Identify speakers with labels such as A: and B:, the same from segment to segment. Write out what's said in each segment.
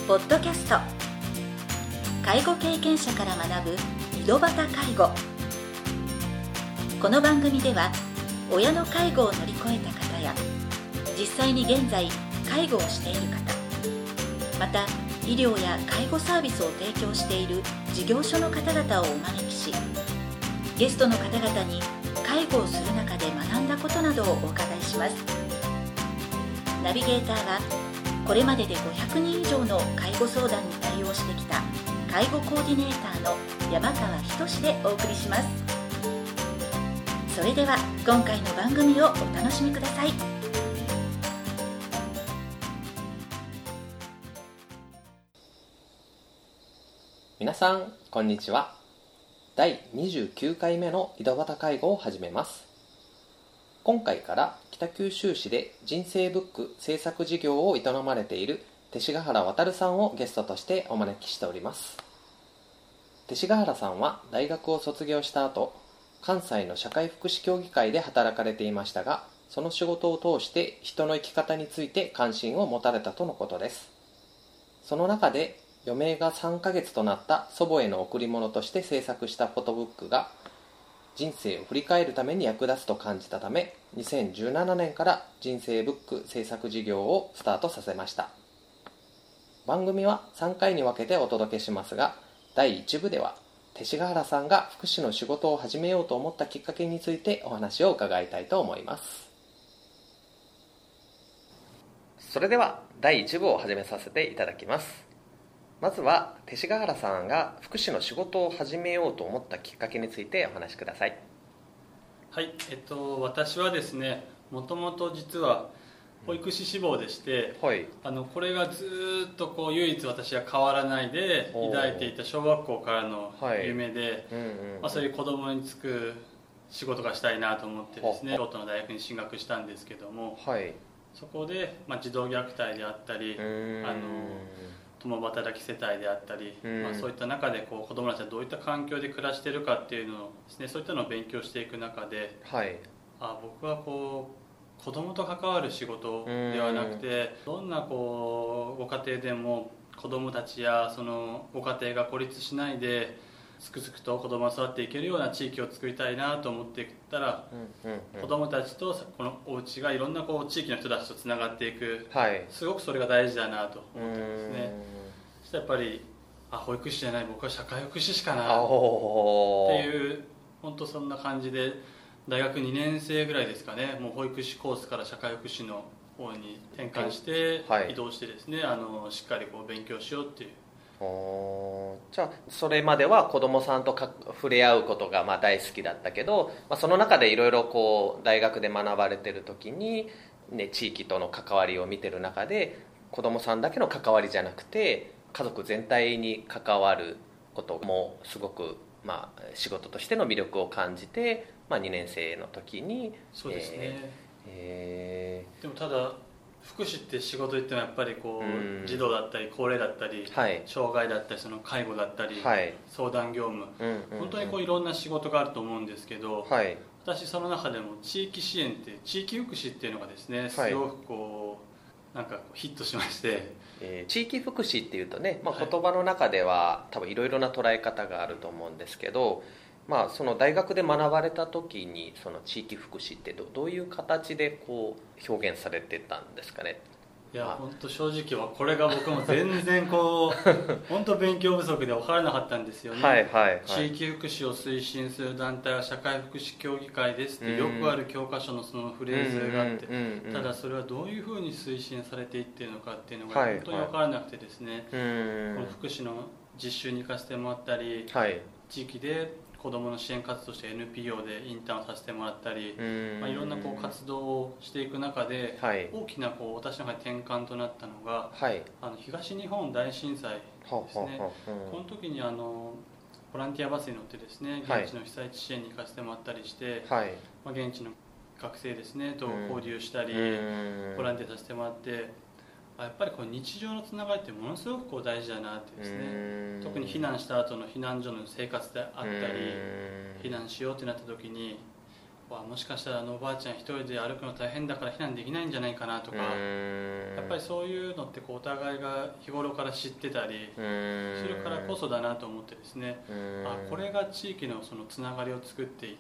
A: ポッドキャスト、介護経験者から学ぶ井戸端介護。この番組では親の介護を乗り越えた方や実際に現在介護をしている方、また医療や介護サービスを提供している事業所の方々をお招きし、ゲストの方々に介護をする中で学んだことなどをお伺いします。ナビゲーターはこれまでで500人以上の介護相談に対応してきた介護コーディネーターの山川仁でお送りします。それでは今回の番組をお楽しみください。
B: 皆さんこんにちは。第29回目の井戸端介護を始めます。今回から北九州市で人生ブック制作事業を営まれている勅使河原渉さんをゲストとしてお招きしております。勅使河原さんは大学を卒業した後、関西の社会福祉協議会で働かれていましたが、その仕事を通して人の生き方について関心を持たれたとのことです。その中で余命が3ヶ月となった祖母への贈り物として制作したフォトブックが人生を振り返るために役立つと感じたため、2017年から人生ブック制作事業をスタートさせました。番組は3回に分けてお届けしますが、第1部では勅使河原さんが福祉の仕事を始めようと思ったきっかけについてお話を伺いたいと思います。それでは第1部を始めさせていただきます。まずは勅使河原さんが福祉の仕事を始めようと思ったきっかけについてお話しください。
C: はい、私はですね、もともと実は保育士志望でして、
B: はい、
C: これがずっと唯一私は変わらないで抱いていた小学校からの夢で、そういう子供につく仕事がしたいなと思ってですね、京都の大学に進学したんですけども、
B: はい、
C: そこで、児童虐待であったり、共働き世帯であったり、そういった中で子どもたちはどういった環境で暮らしているかっていうのをですね、そういったのを勉強していく中で、はい、僕は子どもと関わる仕事ではなくて、どんなご家庭でも子どもたちやそのご家庭が孤立しないですくすくと子どもが育っていけるような地域を作りたいなと思っていったら、子どもたちとこのお家がいろんな地域の人たちとつながっていく、はい、すごくそれが大事だなと思ってますね。そしてやっぱり保育士じゃない、僕は社会福祉士かなっていう、本当そんな感じで大学2年生ぐらいですかね、もう保育士コースから社会福祉の方に転換して移動してですね、しっかり勉強しようっていう。
B: じゃあそれまでは子どもさんと触れ合うことが大好きだったけど、その中でいろいろ大学で学ばれてる時に、地域との関わりを見てる中で、子どもさんだけの関わりじゃなくて家族全体に関わることもすごく、仕事としての魅力を感じて、2年生の時に。
C: そうですね、でもただ福祉って仕事言ってもやっぱり児童だったり高齢だったり、はい、障害だったりその介護だったり、はい、相談業務、本当にいろんな仕事があると思うんですけど、はい、私その中でも地域支援って地域福祉っていうのがですね、すごくなんかヒットしまして、
B: 地域福祉っていうとね、言葉の中では多分いろいろな捉え方があると思うんですけど、その大学で学ばれた時にその地域福祉ってどういう形で表現されてたんですかね。
C: いや、本当正直はこれが僕も全然本当勉強不足で分からなかったんですよね。はいはいはい、地域福祉を推進する団体は社会福祉協議会ですってよくある教科書のそのフレーズがあって、ただそれはどういうふうに推進されていっているのかっていうのが本当に分からなくてですね、この福祉の実習に行かせてもらったり、地域で子どもの支援活動として NPO でインターンをさせてもらったり、いろんな活動をしていく中で、大きな私の中で転換となったのが、東日本大震災ですね。この時にボランティアバスに乗ってですね、現地の被災地支援に行かせてもらったりして、現地の学生ですねと交流したり、ボランティアさせてもらって、やっぱり日常のつながりってものすごく大事だなってですね、特に避難した後の避難所の生活であったり、避難しようってなった時にもしかしたらおばあちゃん一人で歩くの大変だから避難できないんじゃないかなとか、やっぱりそういうのってお互いが日頃から知ってたりするからこそだなと思ってですね、これが地域のそのつながりを作っていって、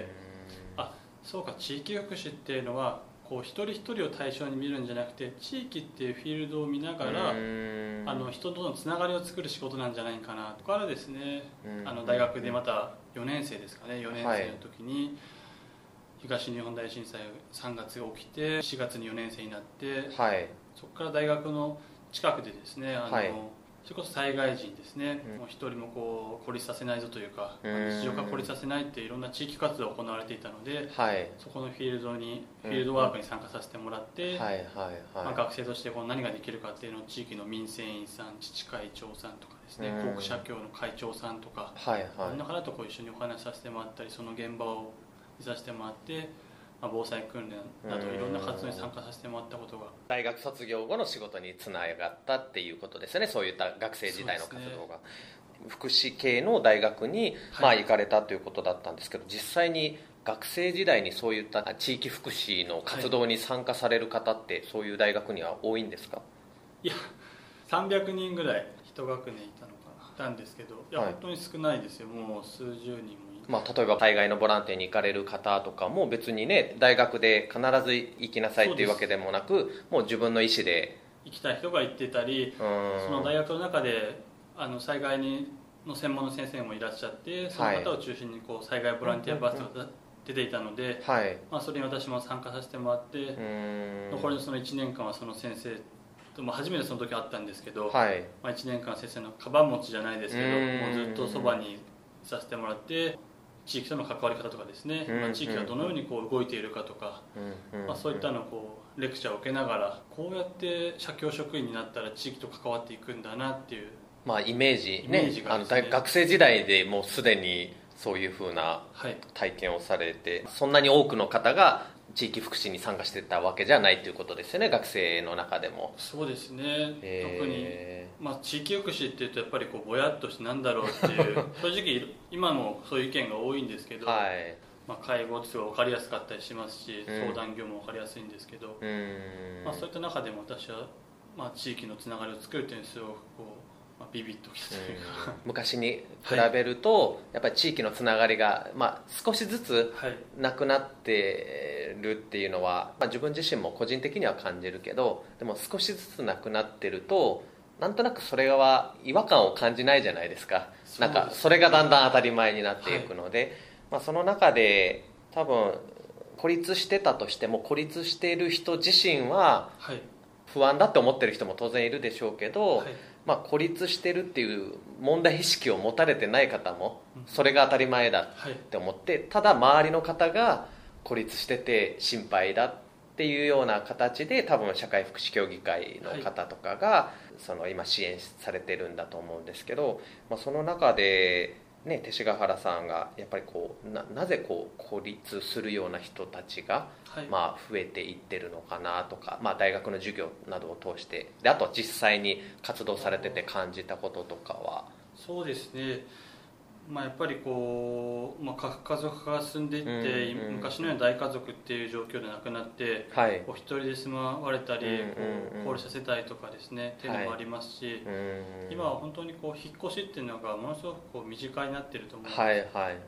C: そうか、地域福祉っていうのは一人一人を対象に見るんじゃなくて、地域っていうフィールドを見ながら人とのつながりを作る仕事なんじゃないかなと。からですね、大学でまた4年生ですかね、4年生の時に東日本大震災3月が起きて4月に4年生になって、そこから大学の近くでですね、それこそ災害時にですね、もう一人も孤立させないぞというか、日常から孤立させないっていろんな地域活動が行われていたので、そこのフィールドワークに参加させてもらって、学生として何ができるかっていうのを地域の民生委員さん、自治会長さんとかですね、航空社協の会長さんとか、みんな方と一緒にお話しさせてもらったり、その現場を見させてもらって、防災訓練などいろんな活動に参加させてもらったことが、
B: 大学卒業後の仕事につながったっていうことですね。そういった学生時代の活動が、福祉系の大学に行かれたということだったんですけど、実際に学生時代にそういった地域福祉の活動に参加される方って、そういう大学には多いんですか？
C: いや、300人ぐらい一学年いたんですけど、本当に少ないですよ。もう数十人も。
B: 例えば海外のボランティアに行かれる方とかも別にね、大学で必ず行きなさいっていうわけでもなく、もう自分の意思で
C: 行きたい人が行ってたり、その大学の中で災害の専門の先生もいらっしゃって、その方を中心に災害ボランティアバスが出ていたので、それに私も参加させてもらって、残りのその1年間はその先生とも初めてその時あったんですけど、1年間先生のカバン持ちじゃないですけど、もうずっとそばにいさせてもらって、地域との関わり方とかですね、地域がどのように動いているかとか、そういったのをレクチャーを受けながら、こうやって社協職員になったら地域と関わっていくんだなっていう
B: イメージがですね、学生時代でもうすでにそういうふうな体験をされて、そんなに多くの方が地域福祉に参加してたわけじゃないということですよね、学生の中でも。
C: そうですね、特に、地域福祉っていうとやっぱりぼやっとしてなんだろうっていう正直今もそういう意見が多いんですけど、介護って分かりやすかったりしますし、相談業も分かりやすいんですけど、そういった中でも私は、地域のつながりを作るというのにすごくビビッときたというか、
B: 昔に比べると、やっぱり地域のつながりが、少しずつなくなってるっていうのは、自分自身も個人的には感じるけど、でも少しずつなくなってるとなんとなくそれは違和感を感じないじゃないですか。なんかそれがだんだん当たり前になっていくので、その中で多分孤立してたとしても、孤立している人自身は不安だって思ってる人も当然いるでしょうけど、孤立してるっていう問題意識を持たれてない方もそれが当たり前だって思って、ただ周りの方が孤立してて心配だっていうような形で、多分社会福祉協議会の方とかが今支援されてるんだと思うんですけど、その中で勅使河原さんがやっぱりなぜ孤立するような人たちが増えていってるのかなとか、大学の授業などを通してで、あと実際に活動されてて感じたこととかは。
C: そうですね、やっぱり核家族化が進んでいって、昔のような大家族っていう状況でなくなって、お一人で住まわれたり、高齢者世帯とかですねっていうのもありますし、今は本当に引っ越しっていうのがものすごく身近になっていると思うんです、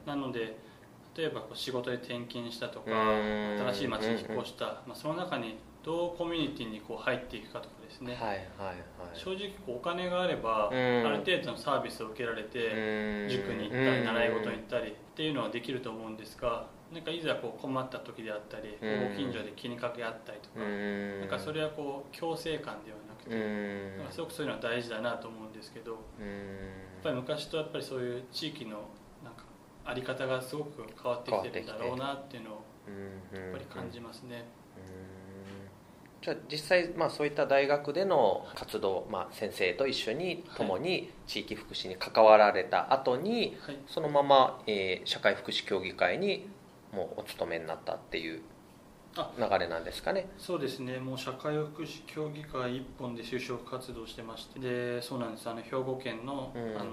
C: なので例えば仕事で転勤したとか、新しい町に引っ越した、その中にどうコミュニティに入っていくかとかですね、正直お金があれば、ある程度のサービスを受けられて、塾に行ったり習い事に行ったりっていうのはできると思うんですが、いざ困った時であったり、ご近所で気にかけ合ったりとか、それは強制感ではなくて、すごくそういうのは大事だなと思うんですけど、やっぱり昔とやっぱりそういう地域のあり方がすごく変わってきてるんだろうなっていうのをやっぱり感じますね。
B: じゃあ実際、そういった大学での活動、先生と一緒に共に地域福祉に関わられた後に、そのまま、社会福祉協議会にもうお勤めになったっていう流れなんですかね。
C: そうですね、もう社会福祉協議会一本で就職活動してまして、でそうなんです、兵庫県の、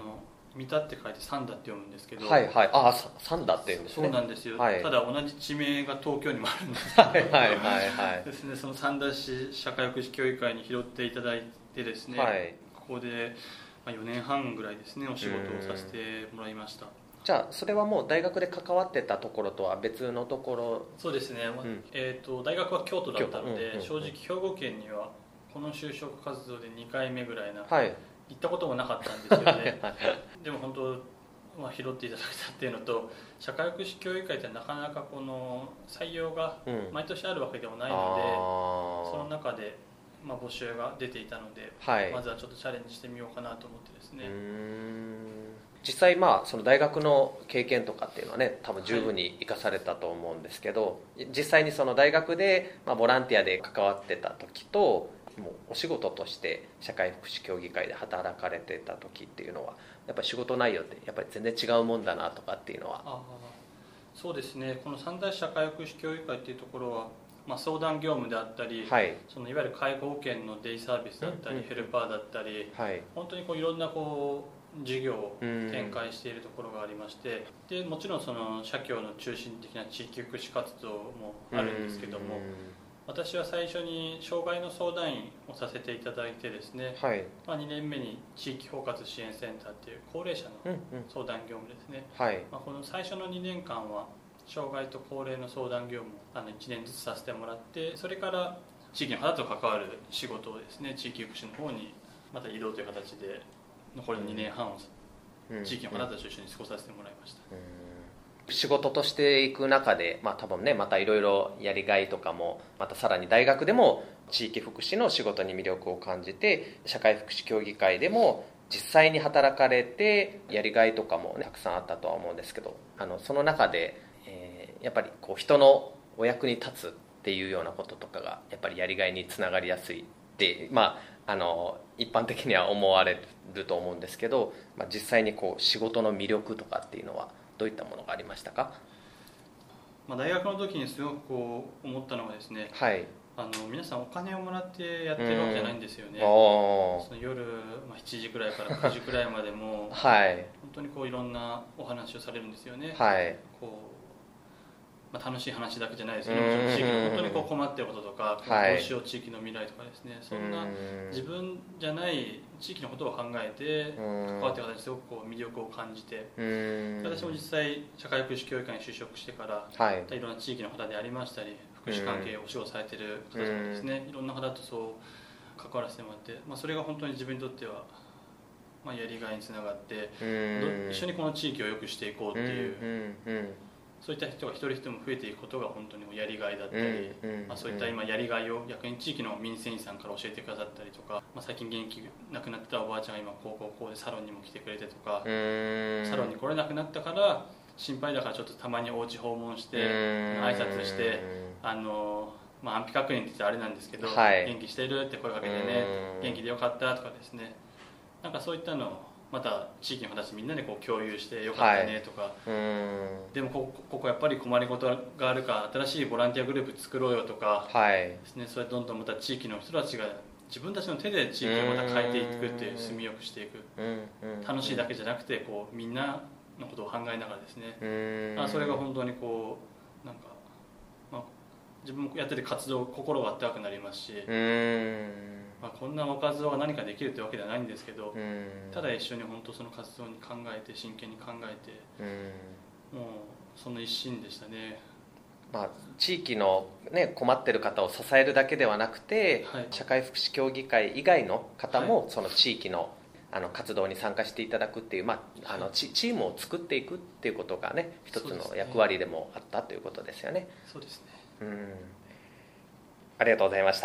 C: 三田って書いて三田って読むんですけど、
B: はいはい、あ、三田って言うんですね。
C: そうなんですよ、
B: はい、
C: ただ同じ地名が東京にもあるんですけど、
B: はいはいはいはい
C: ですね、その三田市社会福祉協議会に拾っていただいてですね、
B: はい、
C: ここで4年半ぐらいですねお仕事をさせてもらいました。
B: じゃあそれはもう大学で関わってたところとは別のところ？
C: そうですね、大学は京都だったので、正直兵庫県にはこの就職活動で2回目ぐらいな、
B: はい、
C: 行ったこともなかったんですよねでも本当、拾っていただいたっていうのと、社会福祉協議会ってなかなかこの採用が毎年あるわけではないので、その中で募集が出ていたので、はい、まずはちょっとチャレンジしてみようかなと思ってですね。
B: 実際その大学の経験とかっていうのはね、多分十分に生かされたと思うんですけど、はい、実際にその大学でボランティアで関わってた時と、もうお仕事として社会福祉協議会で働かれてた時っていうのは、やっぱり仕事内容ってやっぱり全然違うもんだなとかっていうのは？
C: そうですね、この三大社会福祉協議会っていうところは、相談業務であったり、はい、そのいわゆる介護保険のデイサービスだったり、ヘルパーだったり、はい、本当にいろんな事業を展開しているところがありまして、でもちろんその社協の中心的な地域福祉活動もあるんですけども、私は最初に障害の相談員をさせていただいてですね、はい、2年目に地域包括支援センターっていう高齢者の相談業務ですね、はい、この最初の2年間は障害と高齢の相談業務を1年ずつさせてもらって、それから地域の方と関わる仕事をですね、地域福祉の方にまた移動という形で残りの2年半を地域の方たちと一緒に過ごさせてもらいました。
B: 仕事としていく中で、多分ね、またいろいろやりがいとかも、またさらに大学でも地域福祉の仕事に魅力を感じて、社会福祉協議会でも実際に働かれてやりがいとかも、ね、たくさんあったとは思うんですけど、その中で、やっぱり人のお役に立つっていうようなこととかがやっぱりやりがいにつながりやすいって、一般的には思われると思うんですけど、実際に仕事の魅力とかっていうのはどういったものがありましたか？
C: 大学の時にすごく思ったのはですね、はい、皆さんお金をもらってやってるわけじゃないんですよね。その夜、7時くらいから9時くらいまでも、はい、本当にいろんなお話をされるんですよね。はい、楽しい話だけじゃないですよね。地域の本当に困っていることとか、どうしよう地域の未来とかですね、そんな自分じゃない地域のことを考えて関わっている方にすごく魅力を感じて、私も実際社会福祉協議会に就職してから、はい、いろんな地域の方でありましたり、福祉関係お仕事されている方とかですね、いろんな方と関わらせてもらって、それが本当に自分にとってはやりがいにつながって、一緒にこの地域を良くしていこうっていう、そういった人が一人一人も増えていくことが本当にやりがいだったり、そういった今やりがいを逆に地域の民生委員さんから教えてくださったりとか、最近元気なくなったおばあちゃんが今こうでサロンにも来てくれてとか、サロンに来れなくなったから心配だからちょっとたまにお家訪問して挨拶して、安否確認って言ってあれなんですけど、はい、元気してるって声かけてね、元気でよかったとかですね、なんかそういったのをまた地域の人たちみんなで共有してよかったねとか、はい、でもここやっぱり困りごとがあるから新しいボランティアグループ作ろうよとか、はい、ですね、それどんどんまた地域の人たちが自分たちの手で地域をまた変えていくっていう、住みよくしていく、楽しいだけじゃなくてみんなのことを考えながらですね、それが本当になんか、自分もやってて活動心があったかくなりますし、こんなお活動が何かできるってわけではないんですけど、ただ一緒に本当その活動に考えて真剣に考えて、もうその一心でしたね。
B: 地域の、困ってる方を支えるだけではなくて、はい、社会福祉協議会以外の方もその地域の、活動に参加していただくっていう、チームを作っていくっていうことがね、一つの役割でもあったということですよね。
C: そうですね。
B: ありがとうございました。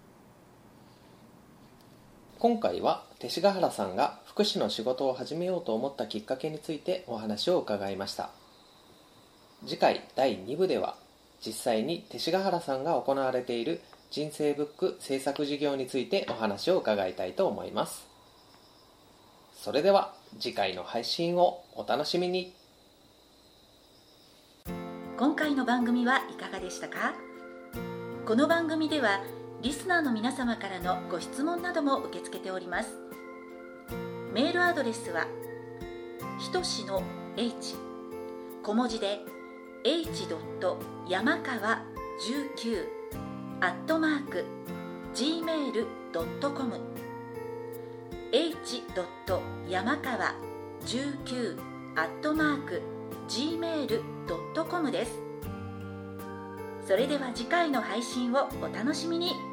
B: 今回は勅使河原さんが福祉の仕事を始めようと思ったきっかけについてお話を伺いました。次回第2部では実際に勅使河原さんが行われている人生ブック制作事業についてお話を伺いたいと思います。それでは次回の配信をお楽しみに。
A: 今回の番組はいかがでしたか？この番組ではリスナーの皆様からのご質問なども受け付けております。メールアドレスはひとしの H、 小文字で h. 山川19 @gmail.com h. 山川19 @gmail.com です。それでは次回の配信をお楽しみに。